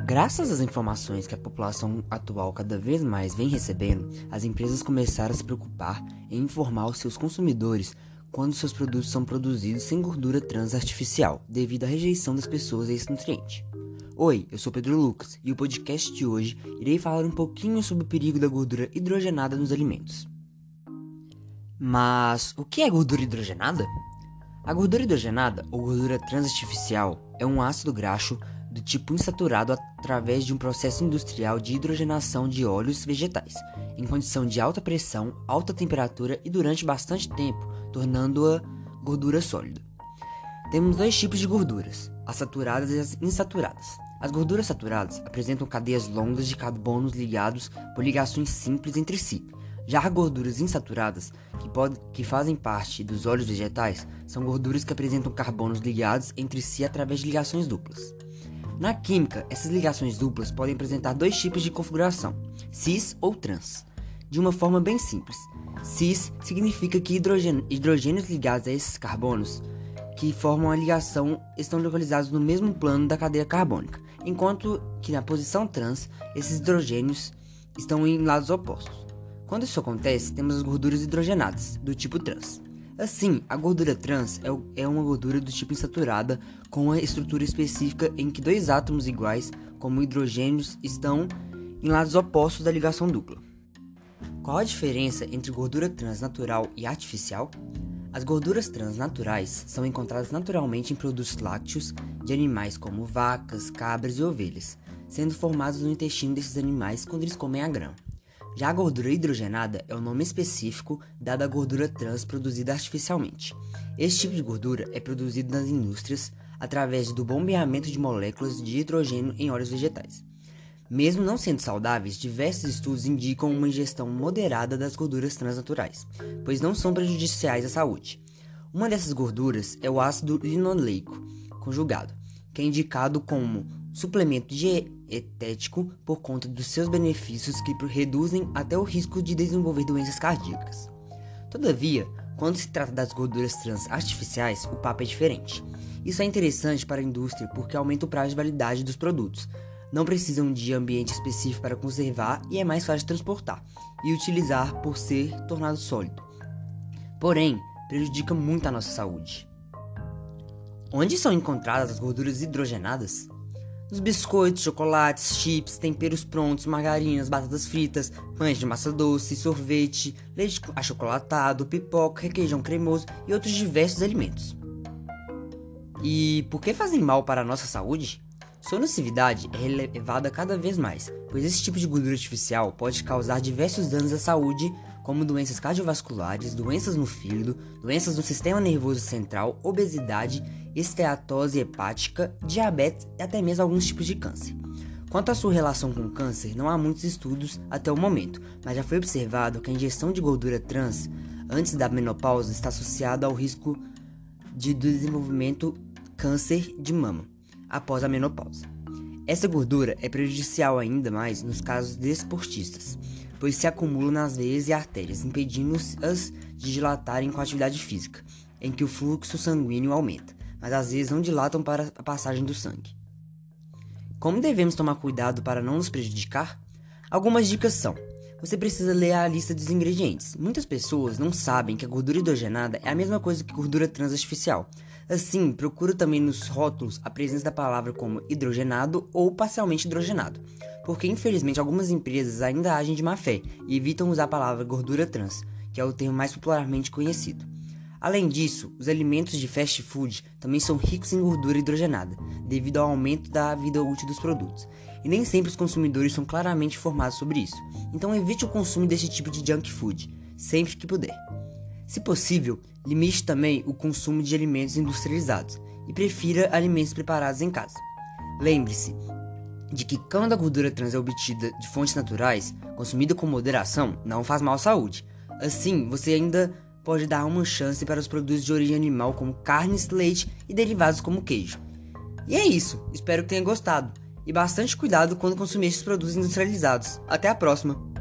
Graças às informações que a população atual cada vez mais vem recebendo, as empresas começaram a se preocupar em informar os seus consumidores quando seus produtos são produzidos sem gordura trans artificial, devido à rejeição das pessoas a esse nutriente. Oi, eu sou Pedro Lucas e o podcast de hoje irei falar um pouquinho sobre o perigo da gordura hidrogenada nos alimentos. Mas o que é gordura hidrogenada? A gordura hidrogenada, ou gordura trans artificial, é um ácido graxo do tipo insaturado através de um processo industrial de hidrogenação de óleos vegetais, em condição de alta pressão, alta temperatura e durante bastante tempo, tornando-a gordura sólida. Temos dois tipos de gorduras, as saturadas e as insaturadas. As gorduras saturadas apresentam cadeias longas de carbonos ligados por ligações simples entre si. Já as gorduras insaturadas, que fazem parte dos óleos vegetais, são gorduras que apresentam carbonos ligados entre si através de ligações duplas. Na química, essas ligações duplas podem apresentar dois tipos de configuração, cis ou trans. De uma forma bem simples, cis significa que hidrogênios ligados a esses carbonos que formam a ligação estão localizados no mesmo plano da cadeia carbônica, enquanto que na posição trans, esses hidrogênios estão em lados opostos. Quando isso acontece, temos as gorduras hidrogenadas, do tipo trans. Assim, a gordura trans é uma gordura do tipo insaturada com uma estrutura específica em que dois átomos iguais, como hidrogênios, estão em lados opostos da ligação dupla. Qual a diferença entre gordura trans natural e artificial? As gorduras trans naturais são encontradas naturalmente em produtos lácteos de animais como vacas, cabras e ovelhas, sendo formados no intestino desses animais quando eles comem a grama. Já a gordura hidrogenada é o nome específico dado à gordura trans produzida artificialmente. Este tipo de gordura é produzido nas indústrias através do bombeamento de moléculas de hidrogênio em óleos vegetais. Mesmo não sendo saudáveis, diversos estudos indicam uma ingestão moderada das gorduras transnaturais, pois não são prejudiciais à saúde. Uma dessas gorduras é o ácido linoleico conjugado, que é indicado como suplemento dietético por conta dos seus benefícios que reduzem até o risco de desenvolver doenças cardíacas. Todavia, quando se trata das gorduras trans artificiais, o papo é diferente. Isso é interessante para a indústria porque aumenta o prazo de validade dos produtos, não precisam de ambiente específico para conservar e é mais fácil de transportar e utilizar por ser tornado sólido. Porém, prejudica muito a nossa saúde. Onde são encontradas as gorduras hidrogenadas? Nos biscoitos, chocolates, chips, temperos prontos, margarinas, batatas fritas, pães de massa doce, sorvete, leite achocolatado, pipoca, requeijão cremoso e outros diversos alimentos. E por que fazem mal para a nossa saúde? Sua nocividade é elevada cada vez mais, pois esse tipo de gordura artificial pode causar diversos danos à saúde, como doenças cardiovasculares, doenças no fígado, doenças no sistema nervoso central, obesidade, esteatose hepática, diabetes e até mesmo alguns tipos de câncer. Quanto à sua relação com o câncer, não há muitos estudos até o momento, mas já foi observado que a ingestão de gordura trans antes da menopausa está associada ao risco de desenvolvimento câncer de mama após a menopausa. Essa gordura é prejudicial ainda mais nos casos de esportistas, pois se acumula nas veias e artérias, impedindo-as de dilatarem com a atividade física, em que o fluxo sanguíneo aumenta, mas às vezes não dilatam para a passagem do sangue. Como devemos tomar cuidado para não nos prejudicar? Algumas dicas são: você precisa ler a lista dos ingredientes. Muitas pessoas não sabem que a gordura hidrogenada é a mesma coisa que gordura trans artificial. Assim, procura também nos rótulos a presença da palavra como hidrogenado ou parcialmente hidrogenado, porque infelizmente algumas empresas ainda agem de má fé e evitam usar a palavra gordura trans, que é o termo mais popularmente conhecido. Além disso, os alimentos de fast food também são ricos em gordura hidrogenada, devido ao aumento da vida útil dos produtos, e nem sempre os consumidores são claramente informados sobre isso, então evite o consumo desse tipo de junk food, sempre que puder. Se possível, limite também o consumo de alimentos industrializados e prefira alimentos preparados em casa. Lembre-se de que quando a gordura trans é obtida de fontes naturais, consumida com moderação, não faz mal à saúde. Assim, você ainda pode dar uma chance para os produtos de origem animal como carnes, leite e derivados como queijo. E é isso, espero que tenha gostado. E bastante cuidado quando consumir esses produtos industrializados. Até a próxima!